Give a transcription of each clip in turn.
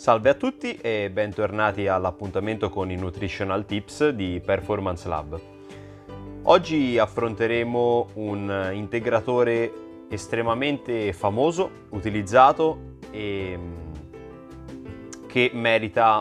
Salve a tutti e bentornati all'appuntamento con i Nutritional Tips di Performance Lab. Oggi affronteremo un integratore estremamente famoso, utilizzato e che merita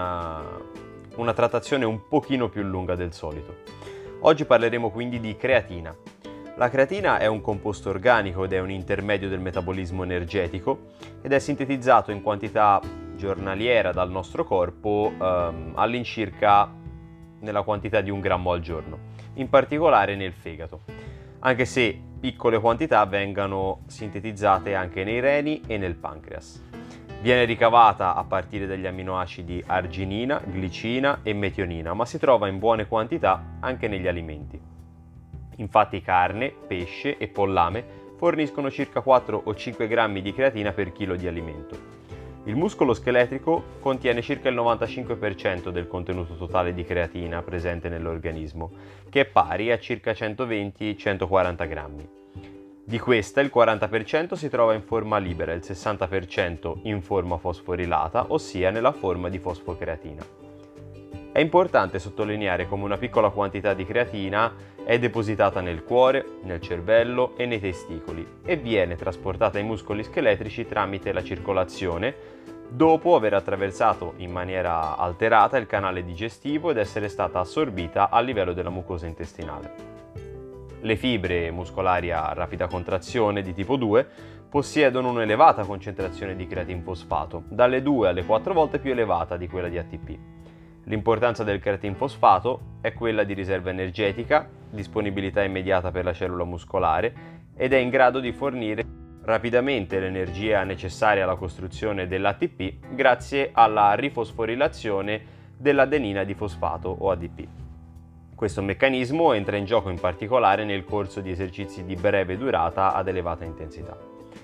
una trattazione un pochino più lunga del solito. Oggi parleremo quindi di creatina. La creatina è un composto organico ed è un intermedio del metabolismo energetico ed è sintetizzato in quantità giornaliera dal nostro corpo all'incirca nella quantità di 1 grammo al giorno, in particolare nel fegato, anche se piccole quantità vengano sintetizzate anche nei reni e nel pancreas. Viene ricavata a partire dagli amminoacidi arginina, glicina e metionina, ma si trova in buone quantità anche negli alimenti. Infatti carne, pesce e pollame forniscono circa 4 o 5 grammi di creatina per chilo di alimento. Il muscolo scheletrico contiene circa il 95% del contenuto totale di creatina presente nell'organismo, che è pari a circa 120-140 grammi. Di questa il 40% si trova in forma libera e il 60% in forma fosforilata, ossia nella forma di fosfocreatina. È importante sottolineare come una piccola quantità di creatina è depositata nel cuore, nel cervello e nei testicoli e viene trasportata ai muscoli scheletrici tramite la circolazione dopo aver attraversato in maniera alterata il canale digestivo ed essere stata assorbita a livello della mucosa intestinale. Le fibre muscolari a rapida contrazione di tipo 2 possiedono un'elevata concentrazione di creatinfosfato, dalle 2 alle 4 volte più elevata di quella di ATP. L'importanza del creatinfosfato è quella di riserva energetica, disponibilità immediata per la cellula muscolare ed è in grado di fornire rapidamente l'energia necessaria alla costruzione dell'ATP grazie alla rifosforilazione dell'adenina di fosfato o ADP. Questo meccanismo entra in gioco in particolare nel corso di esercizi di breve durata ad elevata intensità.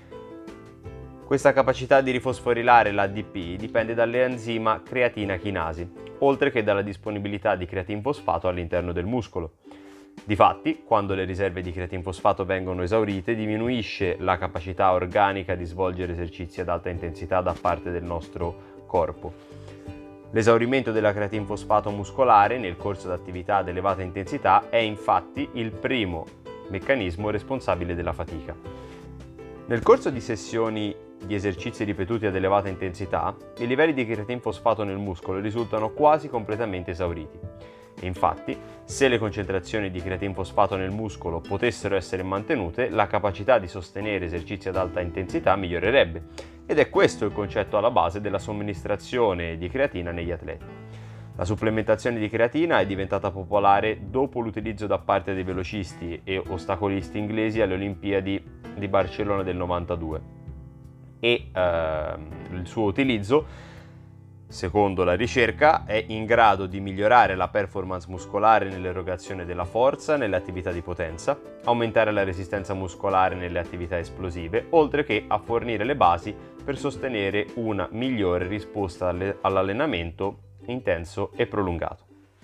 Questa capacità di rifosforilare l'ADP dipende dall'enzima creatina chinasi, oltre che dalla disponibilità di creatinfosfato all'interno del muscolo. Difatti, quando le riserve di creatinfosfato vengono esaurite, diminuisce la capacità organica di svolgere esercizi ad alta intensità da parte del nostro corpo. L'esaurimento della creatinfosfato muscolare nel corso di attività ad elevata intensità è infatti il primo meccanismo responsabile della fatica. Nel corso di sessioni di esercizi ripetuti ad elevata intensità, i livelli di creatinfosfato nel muscolo risultano quasi completamente esauriti. E infatti, se le concentrazioni di creatinfosfato nel muscolo potessero essere mantenute, la capacità di sostenere esercizi ad alta intensità migliorerebbe. Ed è questo il concetto alla base della somministrazione di creatina negli atleti. La supplementazione di creatina è diventata popolare dopo l'utilizzo da parte dei velocisti e ostacolisti inglesi alle Olimpiadi di Barcellona del 92 e il suo utilizzo, secondo la ricerca, è in grado di migliorare la performance muscolare nell'erogazione della forza nelle attività di potenza, aumentare la resistenza muscolare nelle attività esplosive, oltre che a fornire le basi per sostenere una migliore risposta all'allenamento intenso e prolungato.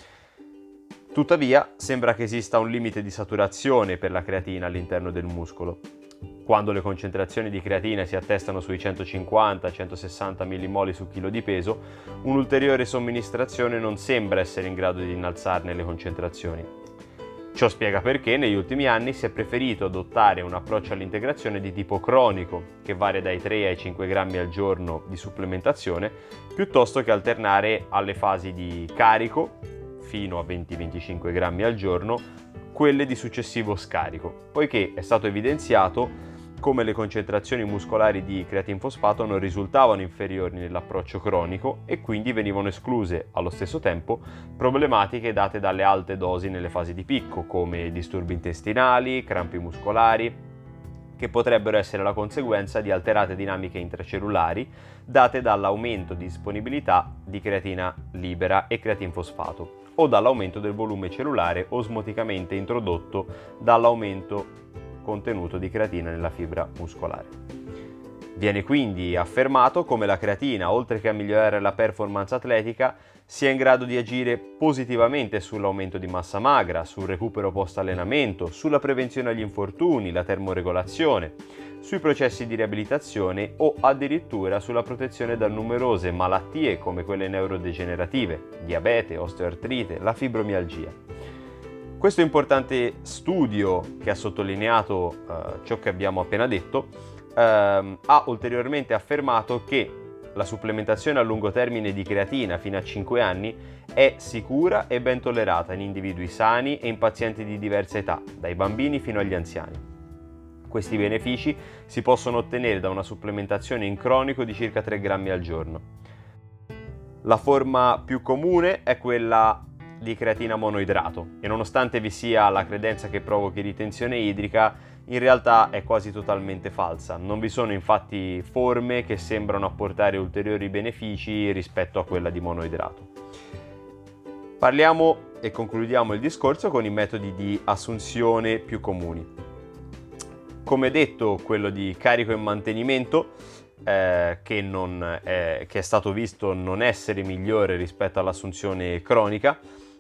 Tuttavia, sembra che esista un limite di saturazione per la creatina all'interno del muscolo. Quando le concentrazioni di creatina si attestano sui 150-160 millimoli su chilo di peso, un'ulteriore somministrazione non sembra essere in grado di innalzarne le concentrazioni. Ciò spiega perché negli ultimi anni si è preferito adottare un approccio all'integrazione di tipo cronico, che varia dai 3 ai 5 grammi al giorno di supplementazione, piuttosto che alternare alle fasi di carico, fino a 20-25 grammi al giorno, quelle di successivo scarico, poiché è stato evidenziato come le concentrazioni muscolari di creatinfosfato non risultavano inferiori nell'approccio cronico e quindi venivano escluse allo stesso tempo problematiche date dalle alte dosi nelle fasi di picco, come disturbi intestinali, crampi muscolari, che potrebbero essere la conseguenza di alterate dinamiche intracellulari date dall'aumento di disponibilità di creatina libera e creatinfosfato o dall'aumento del volume cellulare osmoticamente introdotto dall'aumento contenuto di creatina nella fibra muscolare. Viene quindi affermato come la creatina, oltre che a migliorare la performance atletica, sia in grado di agire positivamente sull'aumento di massa magra, sul recupero post-allenamento, sulla prevenzione agli infortuni, la termoregolazione, sui processi di riabilitazione o addirittura sulla protezione da numerose malattie come quelle neurodegenerative, diabete, osteoartrite, la fibromialgia. Questo importante studio, che ha sottolineato ciò che abbiamo appena detto, ha ulteriormente affermato che la supplementazione a lungo termine di creatina fino a 5 anni è sicura e ben tollerata in individui sani e in pazienti di diversa età, dai bambini fino agli anziani. Questi benefici si possono ottenere da una supplementazione in cronico di circa 3 grammi al giorno. La forma più comune è quella di creatina monoidrato e nonostante vi sia la credenza che provochi ritenzione idrica, in realtà è quasi totalmente falsa. Non vi sono infatti forme che sembrano apportare ulteriori benefici rispetto a quella di monoidrato. Parliamo e concludiamo il discorso con i metodi di assunzione più comuni. Come detto, quello di carico e mantenimento, che è stato visto non essere migliore rispetto all'assunzione cronica,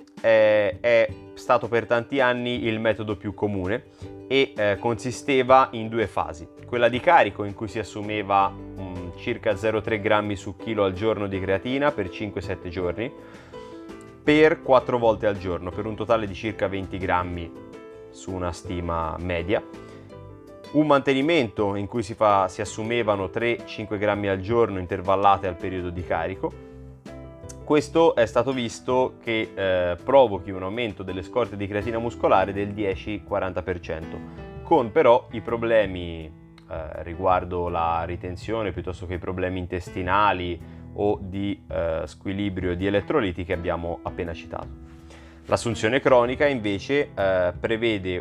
è stato per tanti anni il metodo più comune e consisteva in 2 fasi. Quella di carico, in cui si assumeva circa 0,3 grammi su chilo al giorno di creatina per 5-7 giorni, per 4 volte al giorno, per un totale di circa 20 grammi su una stima media. Un mantenimento in cui si assumevano 3-5 grammi al giorno intervallate al periodo di carico. Questo è stato visto che provochi un aumento delle scorte di creatina muscolare del 10-40%, con però i problemi riguardo la ritenzione piuttosto che i problemi intestinali o di squilibrio di elettroliti che abbiamo appena citato. L'assunzione cronica invece prevede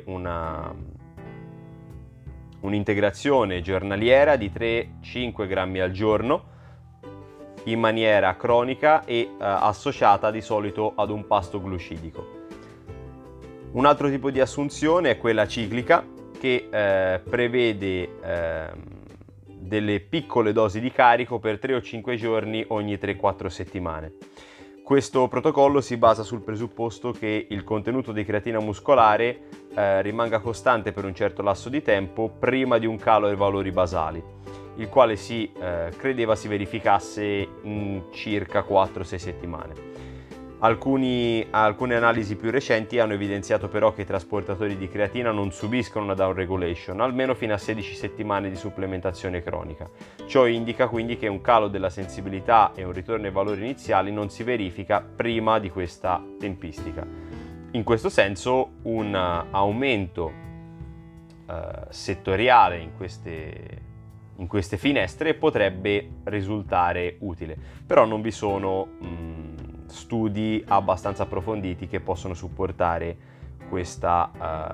un'integrazione giornaliera di 3-5 grammi al giorno in maniera cronica e associata di solito ad un pasto glucidico. Un altro tipo di assunzione è quella ciclica, che prevede delle piccole dosi di carico per 3 o 5 giorni ogni 3-4 settimane. Questo protocollo si basa sul presupposto che il contenuto di creatina muscolare rimanga costante per un certo lasso di tempo prima di un calo ai valori basali, il quale si credeva si verificasse in circa 4-6 settimane. Alcune analisi più recenti hanno evidenziato però che i trasportatori di creatina non subiscono una down regulation, almeno fino a 16 settimane di supplementazione cronica. Ciò indica quindi che un calo della sensibilità e un ritorno ai valori iniziali non si verifica prima di questa tempistica. In questo senso un aumento settoriale in queste finestre potrebbe risultare utile, però non vi sono studi abbastanza approfonditi che possono supportare questa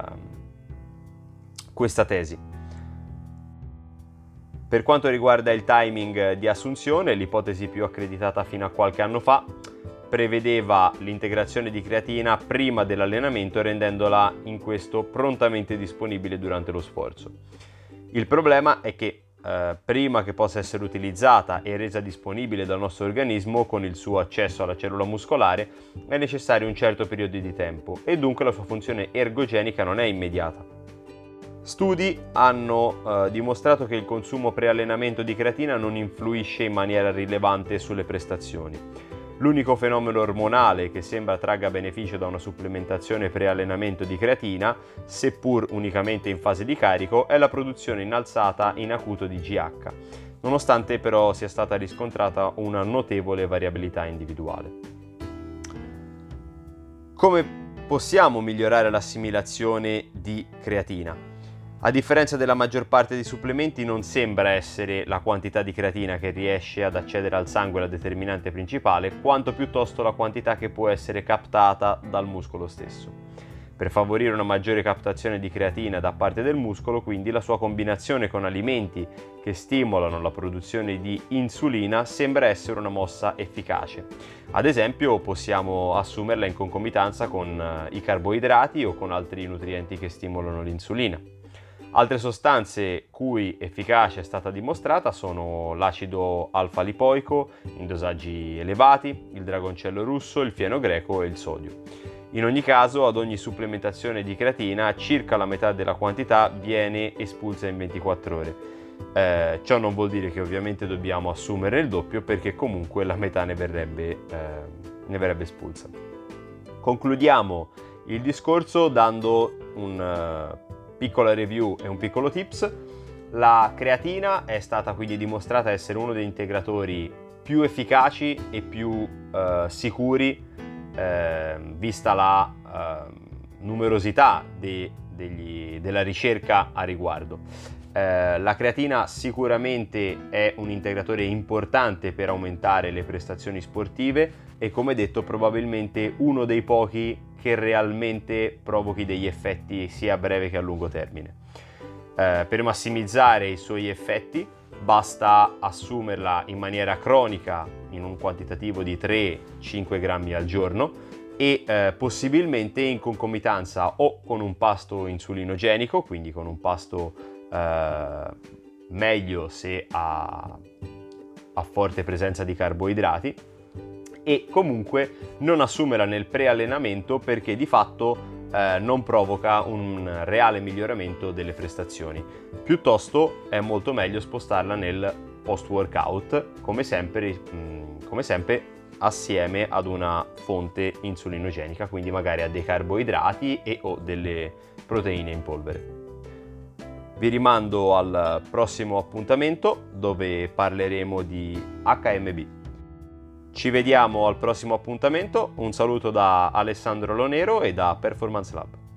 tesi. Per quanto riguarda il timing di assunzione, l'ipotesi più accreditata fino a qualche anno fa prevedeva l'integrazione di creatina prima dell'allenamento, rendendola in questo prontamente disponibile durante lo sforzo. Il problema è che prima che possa essere utilizzata e resa disponibile dal nostro organismo con il suo accesso alla cellula muscolare è necessario un certo periodo di tempo e dunque la sua funzione ergogenica non è immediata. Studi hanno dimostrato che il consumo pre-allenamento di creatina non influisce in maniera rilevante sulle prestazioni. L'unico fenomeno ormonale che sembra tragga beneficio da una supplementazione pre-allenamento di creatina, seppur unicamente in fase di carico, è la produzione innalzata in acuto di GH, nonostante però sia stata riscontrata una notevole variabilità individuale. Come possiamo migliorare l'assimilazione di creatina? A differenza della maggior parte dei supplementi, non sembra essere la quantità di creatina che riesce ad accedere al sangue la determinante principale, quanto piuttosto la quantità che può essere captata dal muscolo stesso. Per favorire una maggiore captazione di creatina da parte del muscolo, quindi, la sua combinazione con alimenti che stimolano la produzione di insulina sembra essere una mossa efficace. Ad esempio, possiamo assumerla in concomitanza con i carboidrati o con altri nutrienti che stimolano l'insulina. Altre sostanze cui efficacia è stata dimostrata sono l'acido alfa-lipoico in dosaggi elevati, il dragoncello russo, il fieno greco e il sodio. In ogni caso, ad ogni supplementazione di creatina, circa la metà della quantità viene espulsa in 24 ore. Ciò non vuol dire che ovviamente dobbiamo assumere il doppio, perché comunque la metà ne verrebbe espulsa. Concludiamo il discorso dando un piccola review e un piccolo tips. La creatina è stata quindi dimostrata essere uno degli integratori più efficaci e più sicuri, vista la numerosità della ricerca a riguardo. La creatina sicuramente è un integratore importante per aumentare le prestazioni sportive e, come detto, probabilmente uno dei pochi che realmente provochi degli effetti sia a breve che a lungo termine. Per massimizzare i suoi effetti basta assumerla in maniera cronica in un quantitativo di 3-5 grammi al giorno e possibilmente in concomitanza o con un pasto insulinogenico, quindi con un pasto meglio se a forte presenza di carboidrati, e comunque non assumerla nel pre-allenamento, perché di fatto non provoca un reale miglioramento delle prestazioni. Piuttosto è molto meglio spostarla nel post-workout, come sempre assieme ad una fonte insulinogenica, quindi magari a dei carboidrati e o delle proteine in polvere. Vi rimando al prossimo appuntamento dove parleremo di HMB. Ci vediamo al prossimo appuntamento, un saluto da Alessandro Lonero e da Performance Lab.